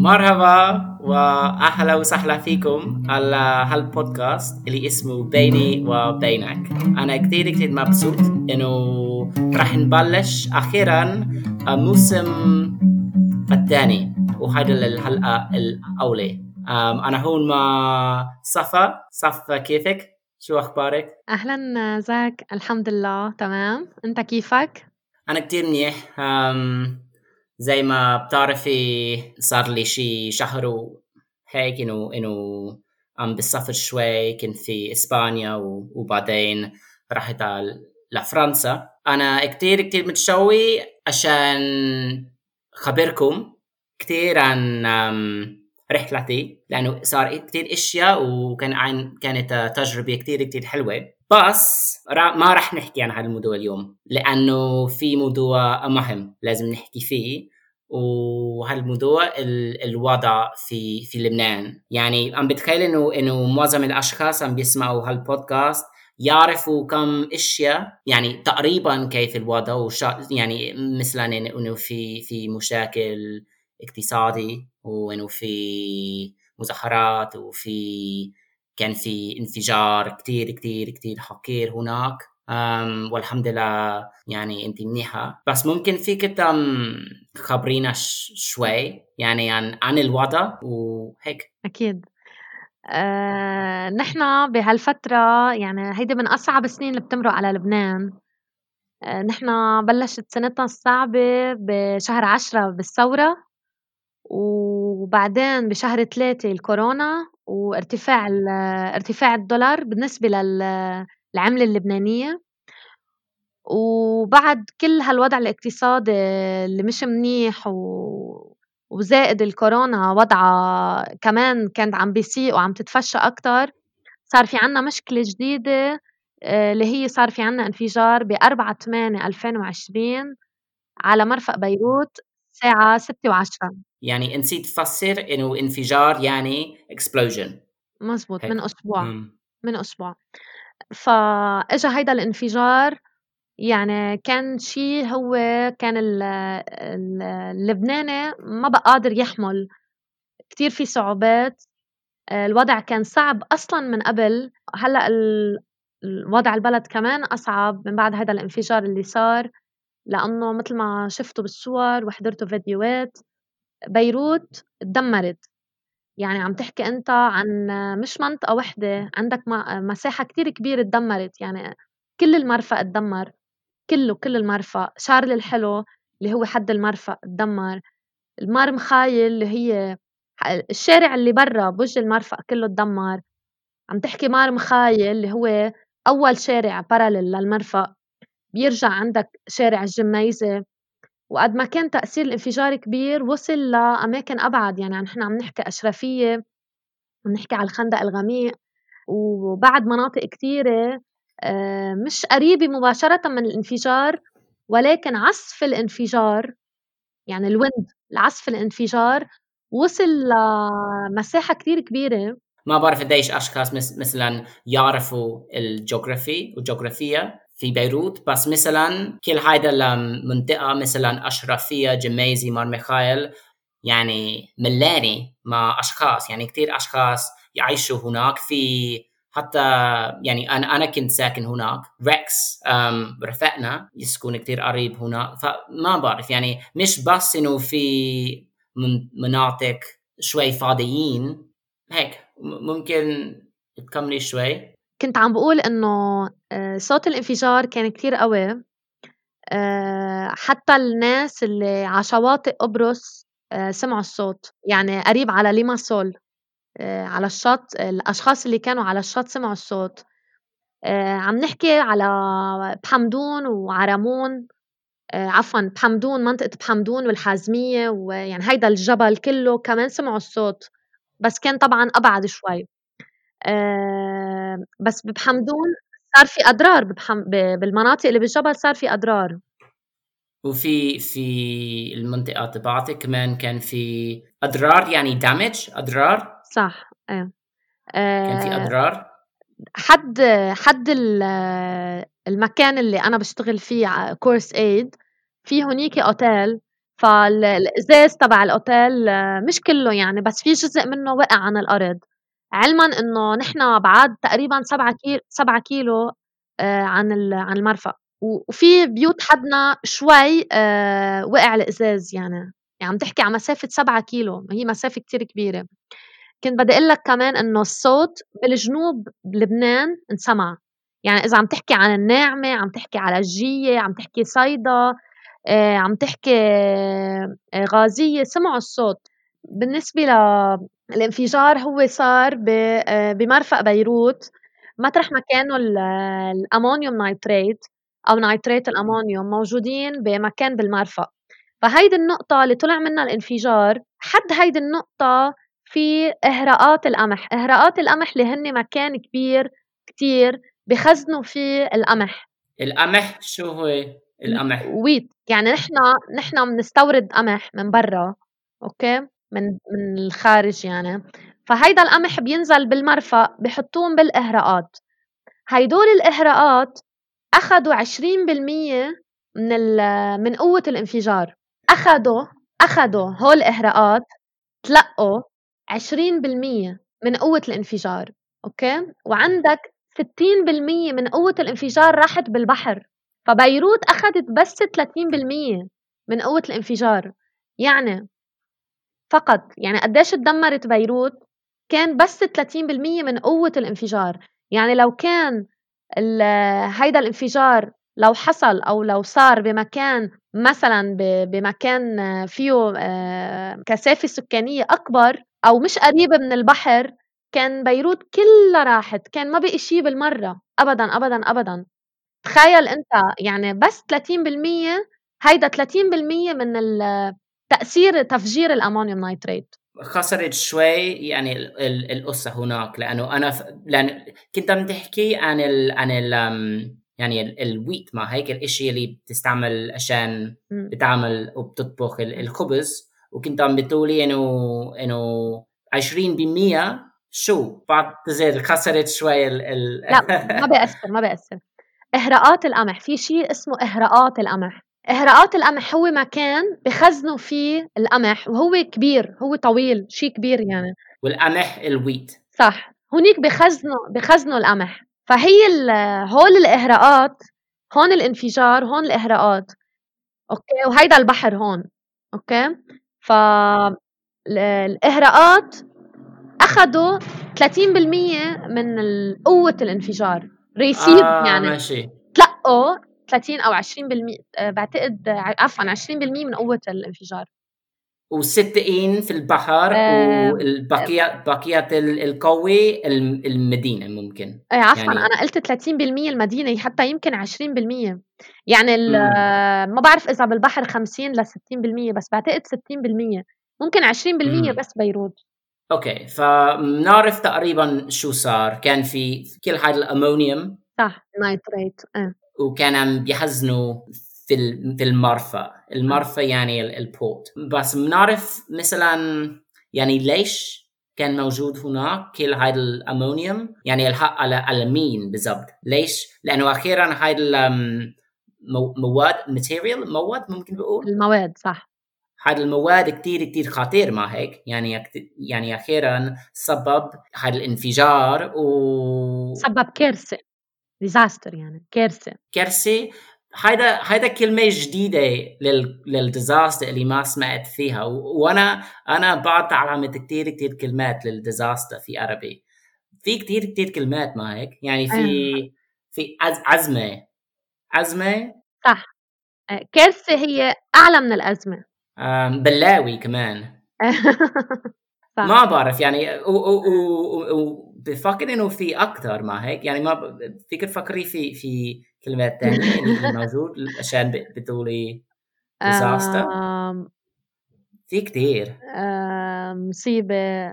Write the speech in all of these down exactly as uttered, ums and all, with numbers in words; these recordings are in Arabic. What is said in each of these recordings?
مرحبا وأهلا وسهلا فيكم على هالبودكاست اللي اسمه بيني وبينك. أنا كتير كتير مبسوط إنه راح نبلش أخيرا الموسم الثاني وهذا الحلقة الأولى. أنا هون مع صفا. صفا كيفك؟ شو أخبارك؟ أهلا زاك، الحمد لله تمام. أنت كيفك؟ أنا كتير منيح. أم زي ما بتعرفي صار لي شي شهر وهيك إنه إنه عم بالسفر شوي. كنت في إسبانيا وبعدين رحت لفرنسا. أنا كتير كتير متشوي عشان خبركم كتير عن رحلتي، لأنه صار كتير إشياء وكان عن كانت تجربة كتير كتير حلوة. بس ما رح نحكي عن هذا الموضوع اليوم لأنه في موضوع مهم لازم نحكي فيه، وهالموضوع الوضع في في لبنان. يعني عم بتخيل إنه إنه معظم الأشخاص عم بيسمعوا هالبودكاست يعرفوا كم إشياء، يعني تقريبا كيف الوضع وشا يعني مثلا إنه في في مشاكل اقتصادي وإنه في مظاهرات وفي كان في انفجار كتير كتير كتير حقير هناك. أم والحمد لله يعني انت منيحة، بس ممكن فيك تم خبرينا شوي يعني عن عن الوضع وهيك. أكيد. أه نحن بهالفترة يعني هيدي من أصعب السنين اللي بتمرق على لبنان. أه نحن بلشت سنتنا الصعبة بشهر عشرة بالثورة، وبعدين بشهر ثلاثة الكورونا وارتفاع ارتفاع الدولار بالنسبة للعملة اللبنانية، وبعد كل هالوضع الاقتصادي اللي مش منيح و... وزائد الكورونا وضعها كمان كانت عم بيسيء وعم تتفشى أكتر. صار في عنا مشكلة جديدة، اللي هي صار في عنا انفجار بأربعة ثمانية ألفين وعشرين على مرفأ بيروت الساعة ستة وعشرة. يعني نسيت تفسر إنه انفجار يعني explosion. مزبوط، هيك. من أسبوع مم. من أسبوع فإجا هيدا الانفجار. يعني كان شيء هو كان ال ال اللبناني ما بقى قادر يحمل، كتير في صعوبات. الوضع كان صعب أصلا من قبل، هلأ الوضع البلد كمان أصعب من بعد هذا الانفجار اللي صار، لأنه مثل ما شفتوا بالصور وحضرتوا فيديوهات بيروت تدمرت. يعني عم تحكي أنت عن مش منطقة واحدة، عندك مساحة كتير كبيرة تدمرت، يعني كل المرفأ تدمر، كله كل المرفأ. شارل الحلو اللي هو حد المرفأ تدمر، المار مخايل اللي هي الشارع اللي برا بوجه المرفأ كله تدمر. عم تحكي مار مخايل اللي هو أول شارع بارالل للمرفأ، بيرجع عندك شارع الجميزة. وقد ما كان تأثير الانفجار كبير وصل لأماكن أبعد، يعني نحن عم نحكي أشرفية، عم نحكي على الخندق الغميق وبعد مناطق كتيرة مش قريبة مباشرة من الانفجار، ولكن عصف الانفجار يعني الwind العصف الانفجار وصل لمساحة كتير كبيرة. ما بعرف قديش أشخاص مس مثلا يعرفوا الجغرافي والجغرافية في بيروت، بس مثلا كل هيدا المنطقة مثلا أشرفية جميزي مار ميخائيل يعني ملاني مع أشخاص، يعني كتير أشخاص يعيشوا هناك. في حتى يعني أنا أنا كنت ساكن هناك، ريكس رفقنا يسكن كتير قريب هناك. فما بعرف يعني مش بس إنه في مناطق شوي فاضيين هيك. ممكن تكملي شوي؟ كنت عم بقول إنه صوت الانفجار كان كتير قوي، حتى الناس اللي على شواطئ قبرص سمعوا الصوت، يعني قريب على ليماسول على الشط، الأشخاص اللي كانوا على الشط سمعوا الصوت. عم نحكي على بحمدون وعرمون، عفوا بحمدون، منطقة بحمدون والحازمية، ويعني هيدا الجبل كله كمان سمعوا الصوت، بس كان طبعا أبعد شوي. بس ببحمدون صار في أضرار، ببحم... بالمناطق اللي بالجبل صار في أضرار. وفي في المنطقة تبعتك كمان كان في أضرار، يعني damage أضرار. صح ايه. كان في أه أضرار. حد حد المكان اللي أنا بشتغل فيه كورس ايد، في هونيك أوتيل فالإزاز تبع الأوتيل مش كله يعني، بس في جزء منه وقع عن الأرض، علمًا إنه نحن بعاد تقريبًا سبعة كيل سبعة كيلو آآ عن ال عن المرفأ، وفي بيوت حدنا شوي آآ وقع الإزاز يعني، يعني عم تحكي عن مسافة سبعة كيلو، هي مسافة كتير كبيرة. كنت بدي أقول لك كمان إنه الصوت بالجنوب بلبنان انسمع، يعني إذا عم تحكي عن الناعمة، عم تحكي على الجية، عم تحكي صيدا، آآ عم تحكي آآ غازية، سمعوا الصوت. بالنسبة للانفجار هو صار ب آآ بمرفأ بيروت مطرح ما كانوا ال الأمونيوم نايتريت أو نايتريت الأمونيوم موجودين بمكان بالمرفأ، فهيدي النقطة اللي طلع منها الانفجار، حد هيدي النقطة في إهراءات القمح، إهراءات القمح اللي هن مكان كبير كتير بخزنوا فيه القمح. القمح شو هو القمح؟ wheat يعني نحن نحن بنستورد قمح من برّا، أوكي، من من الخارج يعني، فهيدا القمح بينزل بالمرفأ بيحطّوهم بالإهراءات، هيدول الإهراءات أخدوا عشرين بالمية من ال من قوّة الانفجار، أخدوا أخدوا هول الإهراءات تلقّوا عشرين بالمية من قوّة الانفجار، أوكي، وعندك ستين بالمية من قوّة الانفجار راحت بالبحر، فبيروت أخدت بس ثلاثين بالمية من قوّة الانفجار، يعني فقط يعني قديش اتدمّرت بيروت كان بس ثلاثين بالمية من قوّة الانفجار، يعني لو كان ال هيدا الانفجار لو حصل أو لو صار بمكان مثلًا ب بمكان فيه آآ كثافة سكانية أكبر أو مش قريب من البحر، كان بيروت كلّا راحت، كان ما بقي شي بالمرّة أبدًا، أبدًا، أبدًا. تخيّل أنت يعني بس ثلاثين بالمية هيدا ثلاثين بالمية من ال تأثير تفجير الأمونيوم نايتريت. خسرت شوي يعني ال ال القصة هناك، لأنه أنا ف لأن كنت عم تحكي عن ال عن ال آمم، يعني ال الwheat ما هيك الإشي اللي بتستعمل عشان إمم، بتعمل وبتطبخ ال إمم. الخبز، وكنت عم بتقولي إنه إنه عشرين بالمية شو بعتذر خسرت شوي ال ال لأ ما بيأثّر، ما بيأثّر. إهراءات القمح، في شي اسمه إهراءات القمح، إهراءات القمح هو مكان بخزنوا فيه القمح وهو كبير، هو طويل، شي كبير يعني، والقمح الwheat. صح، هونيك بخزنوا بخزنوا القمح، فهي ال هول الإهراءات، هون الانفجار، هون الإهراءات، أوكي، وهيدا البحر هون، أوكي، ف ال الإهراءات أخدوا ثلاثين بالمية من ال قوة الانفجار received آه يعني ماشي. تلقّوا ثلاثين أو عشرين بالمية آآ باعتقد ع عفوًا عشرين بالمية من قوة الانفجار. وستين في البحر آمم والبقية بقية ال القوي الم المدينة ممكن، آآ عفوًا يعني أنا قُلت ثلاثين بالمية المدينة حتى يمكن عشرين بالمية يعني ال إمم، ما باعرف إذا بالبحر خمسين لستين بالمية بس باعتقد ستين بالمية ممكن عشرين بالمية اهم، بس بيروت. أوكي، فبنعرف تقريبًا شو صار، كان في كل هاي الأمونيوم صح نايتريت آه، وكان عم بيخزنوا في ال في المرفأ، صح. المرفأ يعني ال الport بس بنعرف مثلًا يعني ليش كان موجود هناك كل هاي الأمونيوم؟ يعني الحق على على مين بالضبط؟ ليش؟ لأنه أخيرًا هاي ال آمم، مو مواد material مواد ممكن نقول؟ المواد صح. هاي المواد كتير كتير خطير ما هيك؟ يعني يكت يعني أخيرًا سبب هذا الانفجار و سبّب كارثة disaster يعني كارثة. كارثة. هيدا هيدا كلمة جديدة لل للdisaster اللي ما سمعت فيها، و وأنا أنا بعد تعلمت كتير كتير كلمات للdisaster في عربي، في كتير كتير كلمات ما هيك؟ يعني في آه، في عز عزمة، عزمة، صح. آآ كارثة هي أعلى من الأزمة. آمم، بلاوي كمان، صح. ما بعرف يعني و و و وبافكر إنه في أكتر ما هيك؟ يعني ما ب فيك تفكري في في كلمات تانية اللي اللي موجود عشان ب بتقولي disaster؟ آمم، في كتير. آآ مصيبة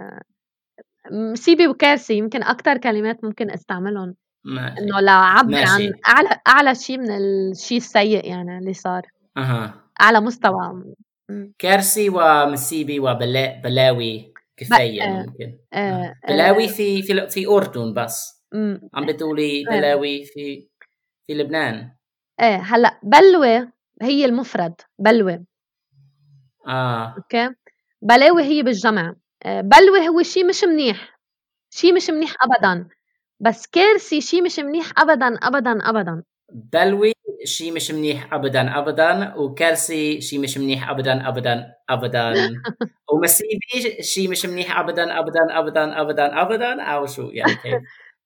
مصيبة وكارثة يمكن أكتر كلمات ممكن أستعملهم، ماشي، إنه لأعبّر ماشي، عن أعلى أعلى شي من الشي السيء يعني اللي صار، أها، أعلى مستوى. إمم، كارثي ومصيبة وبلا بلاوي ب كفاية آآ ممكن، آآ آه، آآ بلاوي في في ل في أردن بس، إمم، عم بتقولي آه، بلاوي في في لبنان، آه، هلأ بلوى هي المفرد بلوى، آه أوكي، بلاوي هي بالجمع. آآ بلوى هو شي مش منيح، شي مش منيح أبدًا، بس كارثة شي مش منيح أبدًا، أبدًا، أبدًا. بلوي شي مش منيح أبدًا، أبدًا، وكارثي شي مش منيح أبدًا، أبدًا، أبدًا، ومصيبي شي مش منيح أبدًا، أبدًا، أبدًا، أبدًا، أبدًا، أو شو يعني كيف؟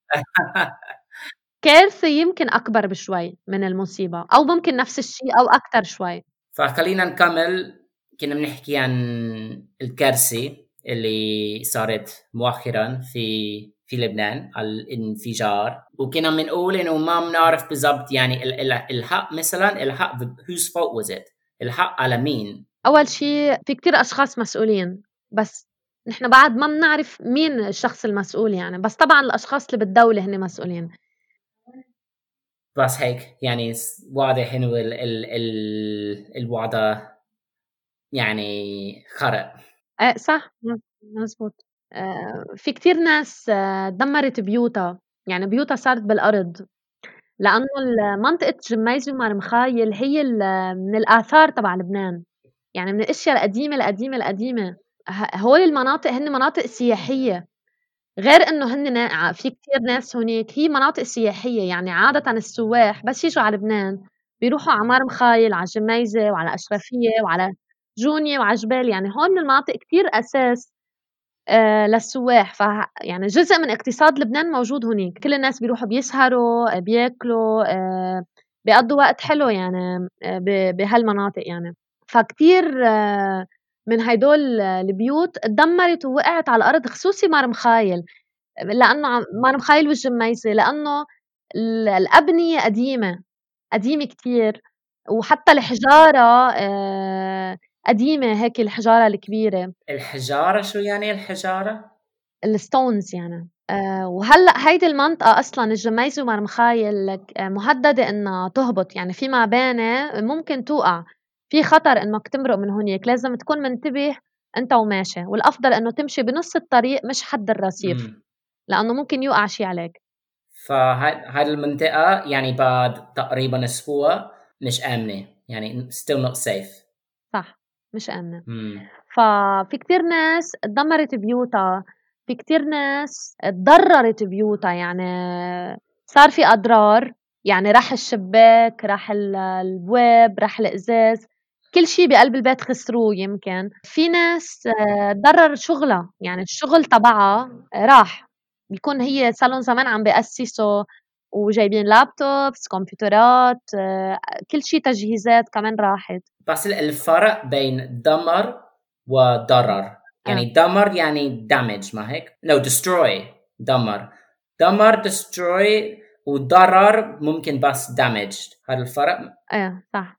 كارثة يمكن أكبر بشوي من المصيبة، أو ممكن نفس الشي أو أكتر شوي. فخلّينا نكمّل. كنا بنحكي عن الكارثة اللي صارت مؤخرًا في في لبنان، الانفجار، وكنا بنقول إنه ما بنعرف بالضبط يعني ال ال الحق مثلًا الحق whose fault was it؟ الحق على مين؟ أول شي في كتير أشخاص مسؤولين، بس نحن بعد ما بنعرف مين الشخص المسؤول يعني، بس طبعًا الأشخاص اللي بالدولة هن مسؤولين. بس هيك يعني س واضح إنه ال ال ال الوضع يعني خرا. إيه صح، م مضبوط. آآ في كتير ناس آه، دمّرت بيوتها، يعني بيوتها صارت بالأرض، لأنه ال منطقة جميزة ومرمخايل هي ال من الآثار تبع لبنان، يعني من الأشيا القديمة، القديمة، القديمة. ه هول المناطق هن مناطق سياحية، غير إنه هن نا ع في كتير ناس هونيك، هي مناطق سياحية، يعني عادةً السُّواح بس ييجوا على لبنان بيروحوا على مرمخايل، على جميزة وعلى أشرفية وعلى جونيا وعلى جبال، يعني هون من المناطق كتير أساس آآ للسُّواح، فه يعني جزء من اقتصاد لبنان موجود هونيك، كل الناس بيروحوا بيسهروا، بياكلوا، آآ بيقضّوا وقت حلو يعني آآ ب بهالمناطق يعني. فكتير آه، من هيدول البيوت اتدمّرت ووقعت على الأرض خصوصي مرمخايل، لإنه عم مرمخايل والجميزة، لإنه ال الأبنية قديمة، قديمة كتير، وحتى الحجارة آآ قديمة هيك الحجارة الكبيرة. الحجارة شو يعني الحجارة؟ الstones يعني. آآ وهلأ هيدي المنطقة أصلًا الجميزة ومرمخايل لك آآ مهددة إنها تهبط، يعني في مباني ممكن توقع، في خطر إنك تمرق من هونيك، لازم تكون منتبه أنت وماشي، والأفضل إنه تمشي بنُص الطريق مش حد الرصيف، إمم. لإنه ممكن يوقع شي عليك. فهاي هاي المنطقة يعني بعد تقريبًا أسبوع مش آمنة، يعني still not safe. صح، مش آمنة. إمم. ففي كتير ناس اتدمّرت بيوتها، في كتير ناس اتضرّرت بيوتها، يعني صار في أضرار، يعني راح الشباك، راح ال البواب، راح الإزاز، كل شي بقلب البيت خسروه يمكن. في ناس آآ اتضرّر شُغلها، يعني الشُغل تبعها راح، بيكون هي صار لهم زمان عم بأسّسوا وجايبين لابتوبس، كمبيوترات، آآ كل شي تجهيزات كمان راحت. بس ال الفرق بين دمر وضرر، آه. يعني دمر يعني damage ما هيك؟ No destroy. دمر. دمر destroy وضرر ممكن بس damaged. هذا الفرق؟ إيه صح.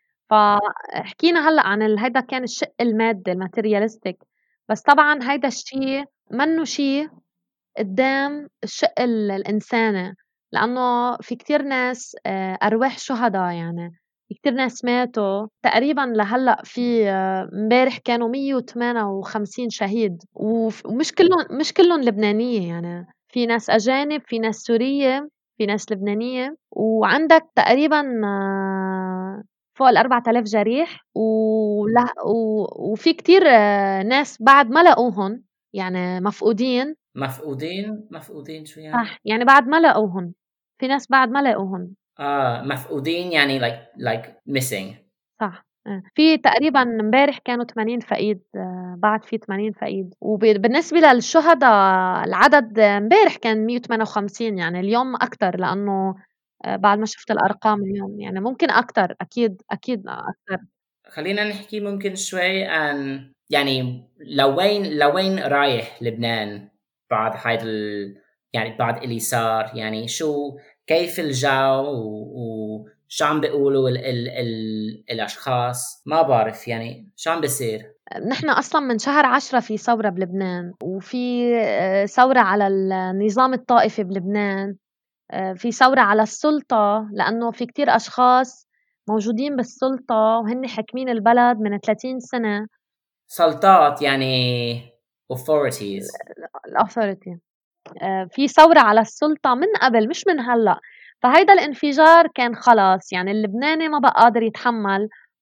فحكينا هلأ عن ال هيدا كان الشِق المادي الmaterialistic، بس طبعًا هيدا الشي منّو شي قدّام الشِق ال الإنساني، لإنه في كتير ناس آآ أرواح شُهدا يعني، في كتير ناس ماتوا تقريبًا لهلأ في امبارح كانوا مية وتمانية وخمسين شهيد، وف ومش كلّن مش كلّن لبنانية يعني، في ناس أجانب، في ناس سورية، في ناس لبنانية، وعندك تقريبًا آه، فوق الأربعة آلاف جريح، وله و وفي كتير آه، ناس بعد ما لقوهن، يعني مفقودين. مفقودين؟ مفقودين شو يعني؟ صح، يعني بعد ما لقوهن، في ناس بعد ما لقوهن. آه مفقودين يعني like like missing. صح، إيه، في تقريبًا امبارح كانوا ثمانين فقيد، آآ بعد في ثمانين فقيد، وب بالنسبة للشهدا العدد امبارح كان مية وتمانية وخمسين، يعني اليوم أكتر لأنه آآ بعد ما شُفت الأرقام اليوم، يعني ممكن أكتر أكيد، أكيد أكتر. خلّينا نحكي ممكن شوي عن يعني لوين لوين رايح لبنان بعد هيدا ال يعني بعد اللي صار، يعني شو كيف الجو و وشو عم بيقولوا ال ال ال الأشخاص، ما بعرف يعني شو عم بيصير؟ نحن أصلًا من شهر عشرة في ثورة بلبنان، وفي آآ ثورة على النظام الطائفي بلبنان. آآ في ثورة على السُلطة، لإنه في كتير أشخاص موجودين بالسُلطة وهن حاكمين البلد من ثلاثين سنة. سلطات يعني authorities. الauthority. آآ في ثورة على السُلطة من قبل مش من هلأ، فهيدا الانفجار كان خلص يعني اللبناني ما بقى قادر يتحمّل،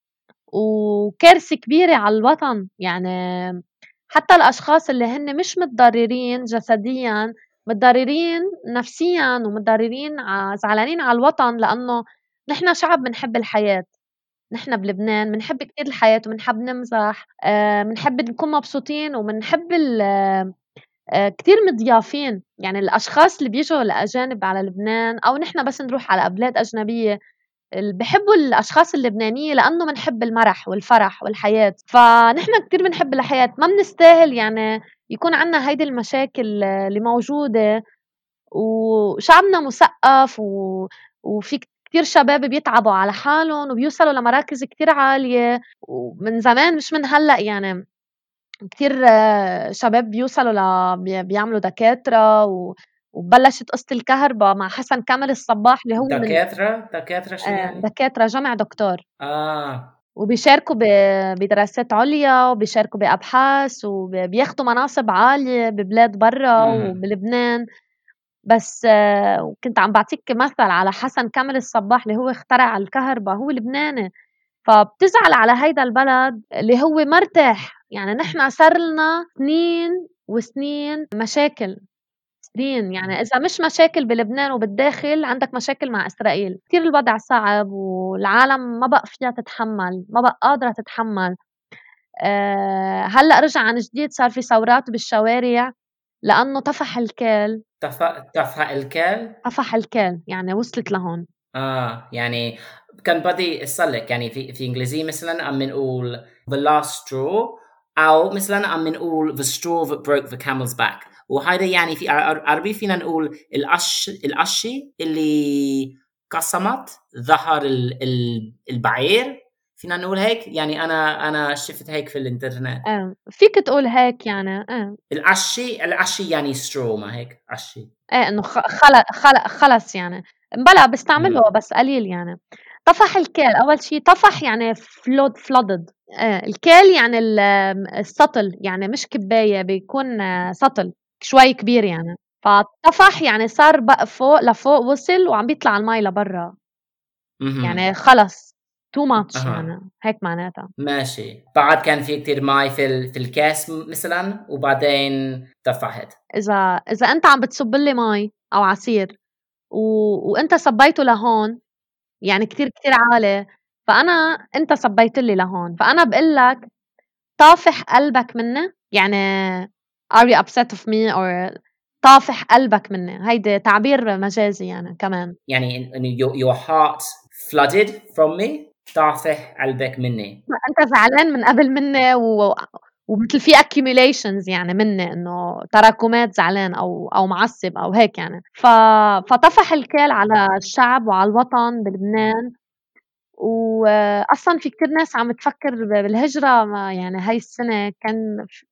وكارثة كبيرة على الوطن. يعني حتى الأشخاص اللي هن مش متضررين جسديا متضررين نفسيا ومتضررين ع- زعلانين على الوطن، لأنه نحن شعب بنحب الحياة. نحن بلبنان بنحب كتير الحياة وبنحب نمزح، آه، بنحب نكون مبسوطين وبنحب ال- آه، كتير مضيافين. يعني الأشخاص اللي بيجوا الأجانب على لبنان أو نحن بس نروح على بلاد أجنبية ال بيحبّوا الأشخاص اللبنانية لإنه بنحب المرح والفرح والحياة، فنحن كتير بنحب الحياة، ما بنستاهل يعني يكون عندنا هيدي المشاكل اللي موجودة، وشعبنا مثقّف و وفي كتير شباب بيتعبوا على حالهم وبيوصلوا لمراكز كتير عالية، ومن زمان مش من هلأ. يعني كتير آه، شباب بيوصلوا ل بي بيعملوا دكاترة و وبلّشت قصة الكهربا مع حسن كامل الصباح اللي هو من دكاترة دكاترة شو آآ يعني؟ دكاترة جمع دكتور. آه. وبيشاركوا ب بدراسات عُليا وبيشاركوا بأبحاث وب بياخدوا مناصب عالية ببلاد برّا امم وبلبنان. بس آه، وكنت عم باعطيك مثل على حسن كامل الصباح اللي هو اخترع الكهربا، هو لبناني. فبتزعل على هيدا البلد اللي هو مرتاح. يعني نحن صار لنا سنين وسنين مشاكل. سنين، يعني إذا مش مشاكل بلبنان وبالداخل عندك مشاكل مع إسرائيل. كتير الوضع صعب والعالم ما بقى فيها تتحمّل، ما بقى قادرة تتحمّل. آآ هلأ رجع عن جديد صار في ثورات بالشوارع لأنه طفح الكال. تف تفهم الكل. طفح الكال، يعني وصلت لهون. آه يعني كان بدي أسألك، يعني في في إنجليزي مثلا عم نقول the last straw، أو مثلا عم نقول the straw that broke the camel's back، وهذا يعني في عر- عربي فينا نقول القش القشي اللي قسمت ظهر ال ال البعير، فينا نقول هيك. يعني أنا أنا شفت هيك في الإنترنت. آه، فيك تقول هيك يعني. آه، القشي القشي يعني straw، ما هيك قشي. إيه إنه خ خل خل خلص يعني. بلى باستعمله امم بس قليل يعني. طفح الكال أول شي. طفح يعني flood flooded. آه، الكال يعني ال السطل، يعني مش كباية بيكون آه، سطل شوي كبير يعني. فطفح يعني صار بقى فوق لفوق وصل وعم بيطلع المي لبرّا. اها يعني خلص too much اها يعني هيك معناتها. ماشي. بعد كان في كتير ماي في ال... في الكاس م- مثلا، وبعدين طفحت. إذا إذا أنت عم بتصُب لي مي أو عصير و وأنت صبّيته لهون، يعني كتير كتير عالي، فأنا أنت صبّيت لي لهون، فأنا باقول لك طافح قلبك منّي. يعني are you upset of me or طافح قلبك منّي. هيدي تعبير مجازي يعني كمان. يعني إن إنه your, your heart flooded from me، طافح قلبك مني. أنت زعلان من قبل منّي و ومثل في accumulations يعني منّي، إنه تراكمات زعلان أو أو معصّب أو هيك يعني. ف فطفح الكال على الشعب وعلى الوطن بلبنان. وأصلًا في كتير ناس عم تفكّر ب بالهجرة ما يعني هاي السنة كان ف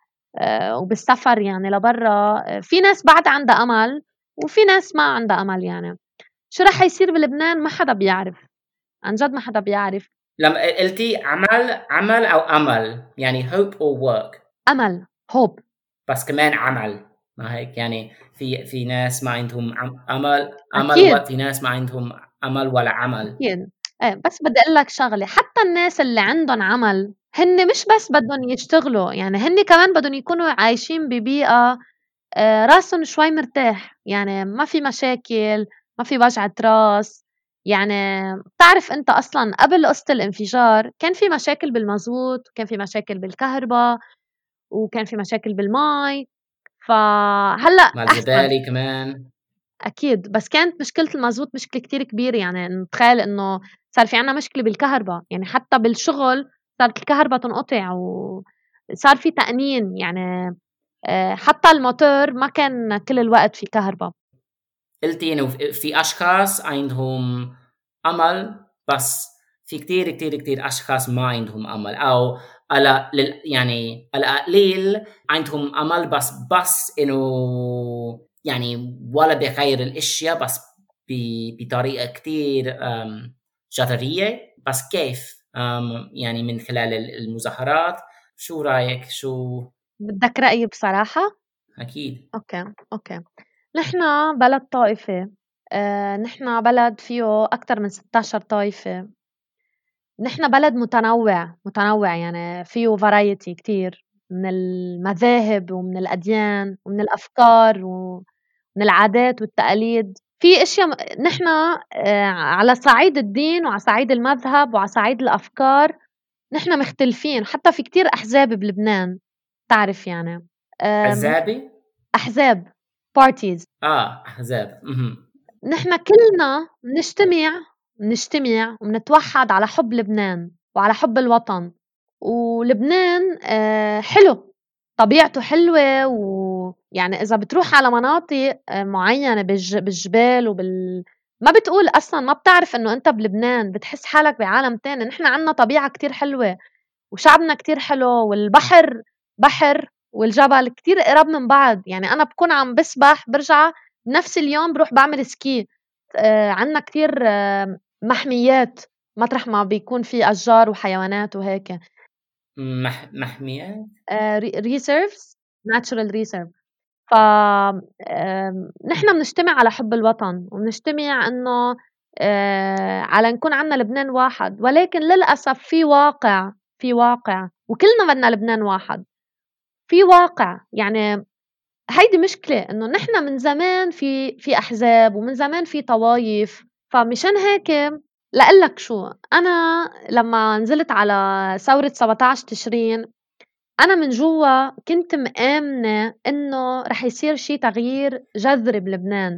آآ وبالسفر يعني لبرّا. في ناس بعد عندها أمل وفي ناس ما عندها أمل يعني. شو رح يصير بلبنان ما حدا بيعرف، عن جد ما حدا بيعرف. لما قلتي عمل عمل او امل، يعني hope or work، أمل hope. بس كمان عمل، ما هيك؟ يعني في في ناس ما عندهم عم- امل امل، أكيد. وفي ناس ما عندهم امل ولا عمل. أكيد. إيه بس بدي أقول لك شغلة. حتى الناس اللي عندهم عمل هن مش بس بدهم يشتغلوا، يعني هن كمان بدهم يكونوا عايشين ببيئة آآ راسٌ شوي مرتاح. يعني ما في مشاكل، ما في وجعة راس. يعني بتعرف أنت أصلًا قبل قصة الانفجار كان في مشاكل بالمازوت وكان في مشاكل بالكهربا وكان في مشاكل بالمَي. فهلأ مع أحسن. الزبالة كمان. أكيد، بس كانت مشكلة المازوت مشكلة كتير كبيرة. يعني نتخيّل إنه صار في عندنا مشكلة بالكهربا. يعني حتى بالشغل صارت الكهربا تنقطع وصار في تأنين. يعني آآ حتى الموتور ما كان كل الوقت في كهربا. قلتي انه في في اشخاص عندهم امل، بس في كتير كتير كتير اشخاص ما عندهم امل، او على لل يعني على قليل عندهم امل، بس بس انه يعني ولا بغير الاشياء، بس ب- بطريقه كتير أم، جذريه. بس كيف؟ أم، يعني من خلال ال- المظاهرات. شو رايك؟ شو؟ بدّك رأيي بصراحة؟ اكيد. أوكي، أوكي. نحن بلد طائفي. آآ نحن بلد فيه أكتر من ستاشر طايفة. نحن بلد متنوع متنوع يعني فيه variety كتير من المذاهب ومن الأديان ومن الأفكار ومن العادات والتقاليد. في أشياء م نحن آآ على صعيد الدين وعلى صعيد المذهب وعلى صعيد الأفكار نحن مختلفين، حتى في كتير أحزاب بلبنان تعرف يعني آمم عزابي؟ أحزاب parties. آه أحزاب. اهم. نحن كلنا بنجتمع بنجتمع وبنتوحّد على حُب لبنان وعلى حُب الوطن، ولبنان آآ حلو، طبيعته حلوة، ويعني إذا بتروح على مناطق آآ معيّنة بالج بالجبال وبال ما بتقول أصلًا ما بتعرف إنه أنت بلبنان، بتحس حالك بعالم تاني. نحن عندنا طبيعة كتير حلوة وشعبنا كتير حلو والبحر بحر والجبل كتير قراب من بعض. يعني أنا بكون عم بسبح برجع بنفس اليوم بروح باعمل ski. آآ عندنا كتير آآ محميات مطرح ما بيكون في أشجار وحيوانات وهيك. مح محميات؟ آآ re reserves natural reserve. ف آمم نحن بنجتمع على حُب الوطن وبنجتمع إنه آآ على نكون عندنا لبنان واحد، ولكن للأسف في واقع في واقع وكلنا بدنا لبنان واحد. في واقع يعني هيدي مشكلة إنه نحن من زمان في في أحزاب ومن زمان في طوايف. فمشان هيك لأقول لك شو، أنا لمّا نزلت على ثورة سبعتاعش تشرين أنا من جوا كنت مآمنة إنه رح يصير شي تغيير جذري بلبنان،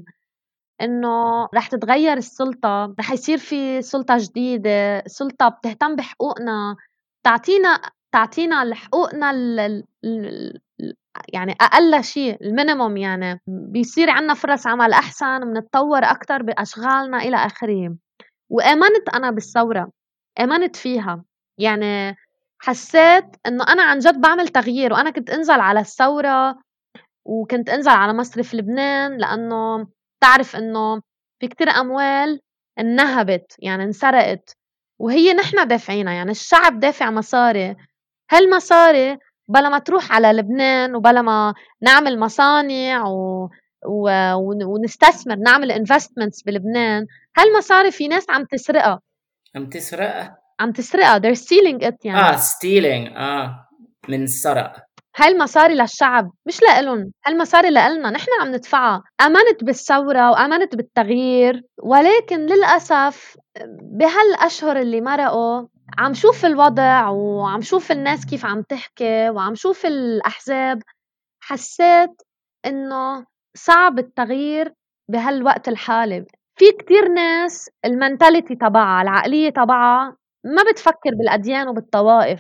إنه رح تتغيّر السُلطة، رح يصير في سُلطة جديدة، سُلطة بتهتم بحقوقنا، تعطينا تعطينا الحقوقنا ال ال ال ال يعني أقل شي الminimum، يعني بيصير عندنا فرص عمل أحسن، بنتطوّر أكتر بأشغالنا إلى آخره. وآمنت أنا بالثورة، آمنت فيها، يعني حسّيت إنه أنا عن جد باعمل تغيير. وأنا كنت أنزل على الثورة وكنت أنزل على مصرف لبنان لأنه بتعرف إنه في كتير أموال انّهبت يعني انسرقت وهي نحن دافعينها، يعني الشعب دافع مصاري. هالمصاري بلا ما تروح على لبنان وبلا ما نعمل مصانع و و ون ونستثمر نعمل investments بلبنان، هالمصاري في ناس عم تسرقها، عم تسرق؟ عم تسرقها they're stealing it يعني. آه stealing آه من السرق. هاي المصاري للشعب مش لإلن، هالمصاري لإلنا نحن عم ندفعها. آمنت بالثورة وآمنت بالتغيير، ولكن للأسف بهالأشهر اللي مرقوا عم شوف الوضع وعم شوف الناس كيف عم تحكي وعم شوف الأحزاب، حسّيت إنه صعب التغيير بهالوقت الحالي. في كتير ناس الmentality تبعها العقلية تبعها ما بتفكّر بالأديان وبالطوائف،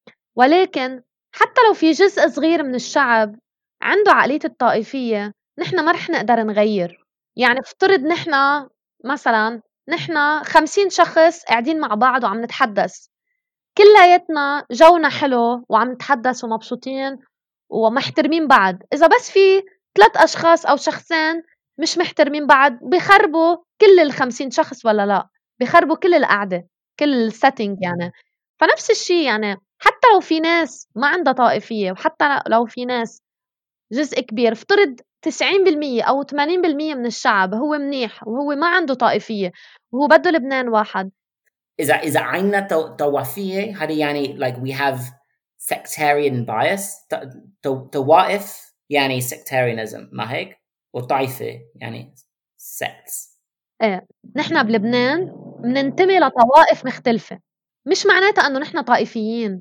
ولكن حتى لو في جزء صغير من الشعب عنده عقلية الطائفية نحن ما رح نقدر نغيّر. يعني افترض نحن مثلًا نحن خمسين شخص قاعدين مع بعض وعم نتحدّث، كلّياتنا جونا حلو وعم نتحدّث ومبسوطين ومحترمين بعض. إذا بس في ثلاث أشخاص أو شخصين مش محترمين بعض بيخربوا كل الخمسين شخص والّا لأ، بيخربوا كل القعدة، كل الsetting يعني. فنفس الشي يعني حتى لو في ناس ما عندها طائفية وحتى لو في ناس جزء كبير افترض تسعين بالمية أو ثمانين بالمية من الشعب هو منيح وهو ما عنده طائفية وهو بده لبنان واحد. إذا إذا عنا تو طوافية هذه يعني like we have sectarian bias ت تو طوائف يعني sectarianism ما هيك؟ والطائفة يعني sects. إيه نحن بلبنان مننتمي لطوائف مختلفة، مش معناتها إنه نحن طائفيين.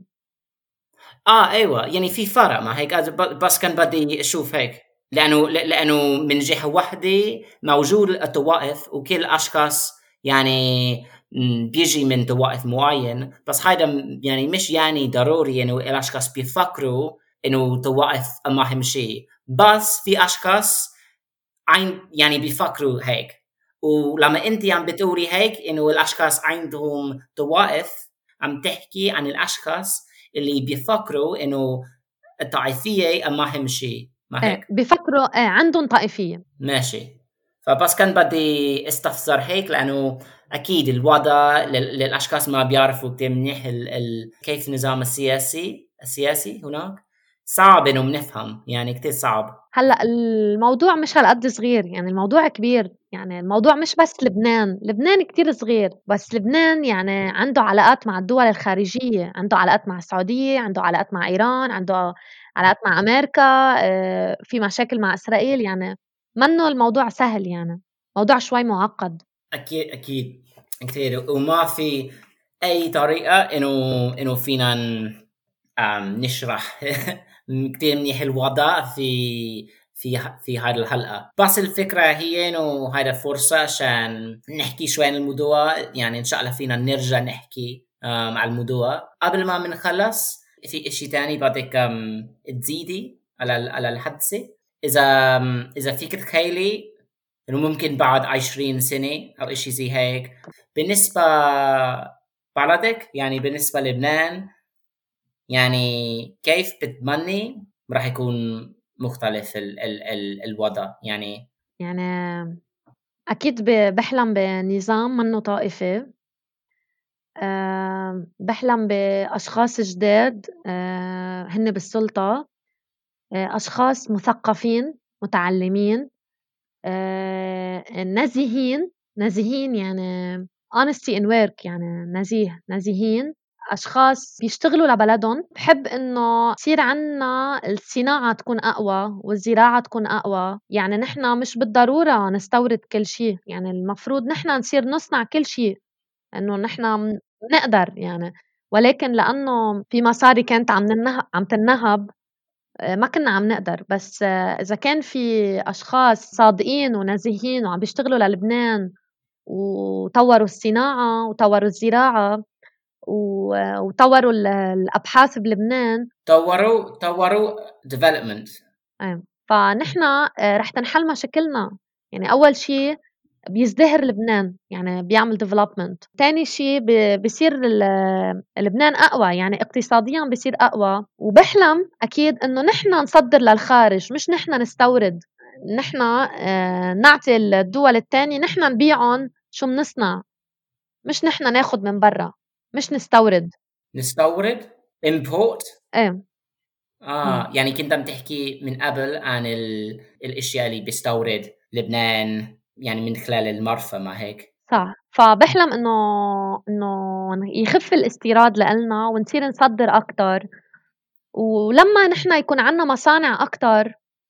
آه أيوة يعني في فرق ما هيك ب بس كان بدي أشوف هيك لأنه ل لأنه من جهة واحدة موجود الطوائف وكل الأشخاص يعني م بييجي من طوائف معين، بس هيدا م يعني مش يعني ضروري إنه الأشخاص بيفكروا إنه طوائف أهم شي، بس في أشخاص عين يعني بيفكروا هيك. ولما أنتِ عم بتقولي هيك إنه الأشخاص عندهم طوائف، عم تحكي عن الأشخاص اللي بيفكروا إنه الطائفية أهم شي، ما إيه هيك؟ بيفكروا إيه عندهم طائفية. ماشي. فبس كان بدي استفسر هيك لأنه أكيد الوضع لل للأشخاص ما بيعرفوا كتير منيح ال ال كيف النظام السياسي السياسي هناك، صعب إنه بنفهم، يعني كتير صعب. هلأ الموضوع مش هالقد صغير، يعني الموضوع كبير، يعني الموضوع مش بس لبنان، لبنان كتير صغير، بس لبنان يعني عنده علاقات مع الدول الخارجية، عنده علاقات مع السعودية، عنده علاقات مع إيران، عنده علاقات مع أمريكا، آآ في مشاكل مع إسرائيل، يعني منّه الموضوع سهل يعني، موضوع شوي معقّد. أكيد أكيد كتير، وما في أي طريقة إنه إنه فينا ن- آم، نشرح كتير منيح الوضع في في في هذه الحلقة. بس الفكرة هي إنه هذا فرصة عشان نحكي شوي عن الموضوع، يعني إن شاء الله فينا نرجع نحكي آم، على الموضوع. قبل ما بنخلص في إشي تاني بدك آم، تزيدي على ال- على الحادثة، إذا آم، إذا فيك تخيلي إنه ممكن بعد عشرين سنة أو إشي زي هيك بالنسبة بلدك، يعني بالنسبة لبنان، يعني كيف بتتمني راح يكون مختلف ال ال ال الوضع يعني؟ يعني أكيد ب باحلم بنظام منّه طائفي، آآ باحلم بأشخاص جداد آآ هن بالسُلطة، آآ أشخاص مثقّفين، متعلّمين، آآ نزيهين، نزيهين يعني honesty in work يعني نزيه، نزيهين، أشخاص بيشتغلوا لبلدن. باحب إنه يصير عنّا الصناعة تكون أقوى والزراعة تكون أقوى، يعني نحن مش بالضرورة نستورد كل شي، يعني المفروض نحن نصير نصنع كل شي، إنه نحن م منقدر يعني، ولكن لإنه في مصاري كانت عم ننه عم تنّهب آآ ما كنّا عم نقدر، بس آه، إذا كان في أشخاص صادقين ونزيهين وعم بيشتغلوا للبنان وطوّروا الصناعة وطوّروا الزراعة و وطوّروا ال الأبحاث بلبنان، طوروا طوروا development. آه، فنحن آآ رح تنحل مشاكلنا، يعني أول شي بيزدهر لبنان، يعني بيعمل development. تاني شي ب بيصير ال لبنان أقوى، يعني اقتصاديًا بيصير أقوى، وباحلم أكيد إنه نحن نصدّر للخارج مش نحن نستورد، نحن آآ نعطي الدول التانية نحن نبيعُن شو منصنع، مش نحن ناخُد من برّا، مش نستورد. نستورد import. إيه، إمم. آه يعني كنت عم تحكي من قبل عن ال الأشياء اللي بيستورد لبنان يعني من خلال المرفأ، ما هيك؟ صح، فباحلم إنه إنه يخف الاستيراد لإلنا ونصير نصدّر أكتر، ولمّا نحن يكون عندنا مصانع أكتر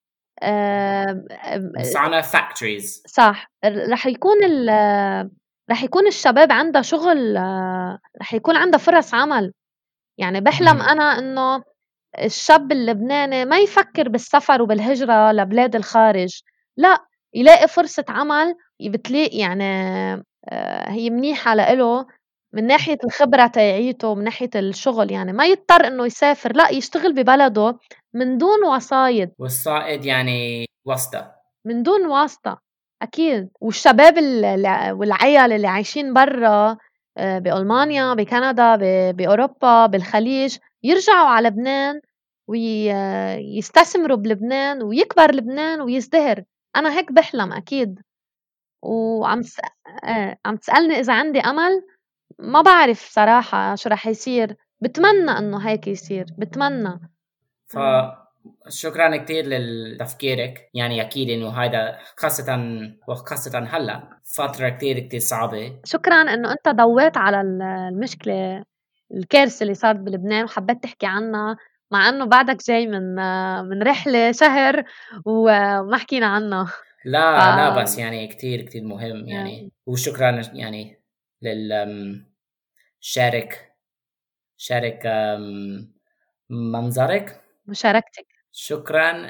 آآ مصانع factories. صح، ر رح يكون ال رح يكون الشباب عندها شغل، رح يكون عندها فرص عمل، يعني باحلم اهم. أنا إنه الشاب اللبناني ما يفكّر بالسفر وبالهجرة لبلاد الخارج، لأ، يلاقي فرصة عمل ي بتليق يعني آآ هي منيحة لإله من ناحية الخبرة تاعيته، من ناحية الشغل، يعني ما يضطر إنه يسافر، لأ يشتغل ببلده من دون وسايط. والصائد يعني واسطة. من دون واسطة، أكيد، والشباب ال الع والعيال اللي عايشين برّا آآ بألمانيا، بكندا، ب بأوروبا، بالخليج، يرجعوا على لبنان وي يستثمروا بلبنان ويكبر لبنان ويزدهر، أنا هيك باحلم أكيد، وعم تس إيه، عم تسألني إذا عندي أمل؟ ما باعرف صراحة شو رح يصير، باتمنى إنه هيك يصير، باتمنى. إمم. فشكرا كتير لتفكيرك، يعني أكيد إنه هذا خاصة وخاصة هلا فترة كتير كتير صعبة. شكرًا إنه أنت ضوّيت على ال المشكلة الكارثة اللي صارت بلبنان وحبّيت تحكي عنّا، مع إنه بعدك جاي من من رحلة شهر وما حكينا عنّا. ف لا لا بس يعني كتير كتير مهم آآ يعني، وشكرا يعني لل أم، شارك شارك أم، منظرك. مشاركتك، شكرا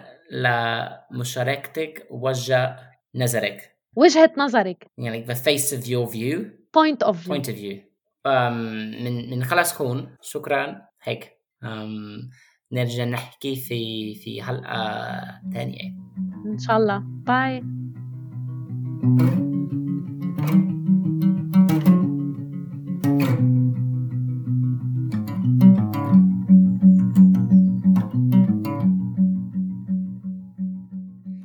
لمشاركتك ووجه نظرك، وجهة نظرِك يعني the face of your view. point of view. point of view. أم، من من خلاص هون شكرا هيك. أم، نرجع نحكي في في حلقة تانية. إن شاء الله. باي.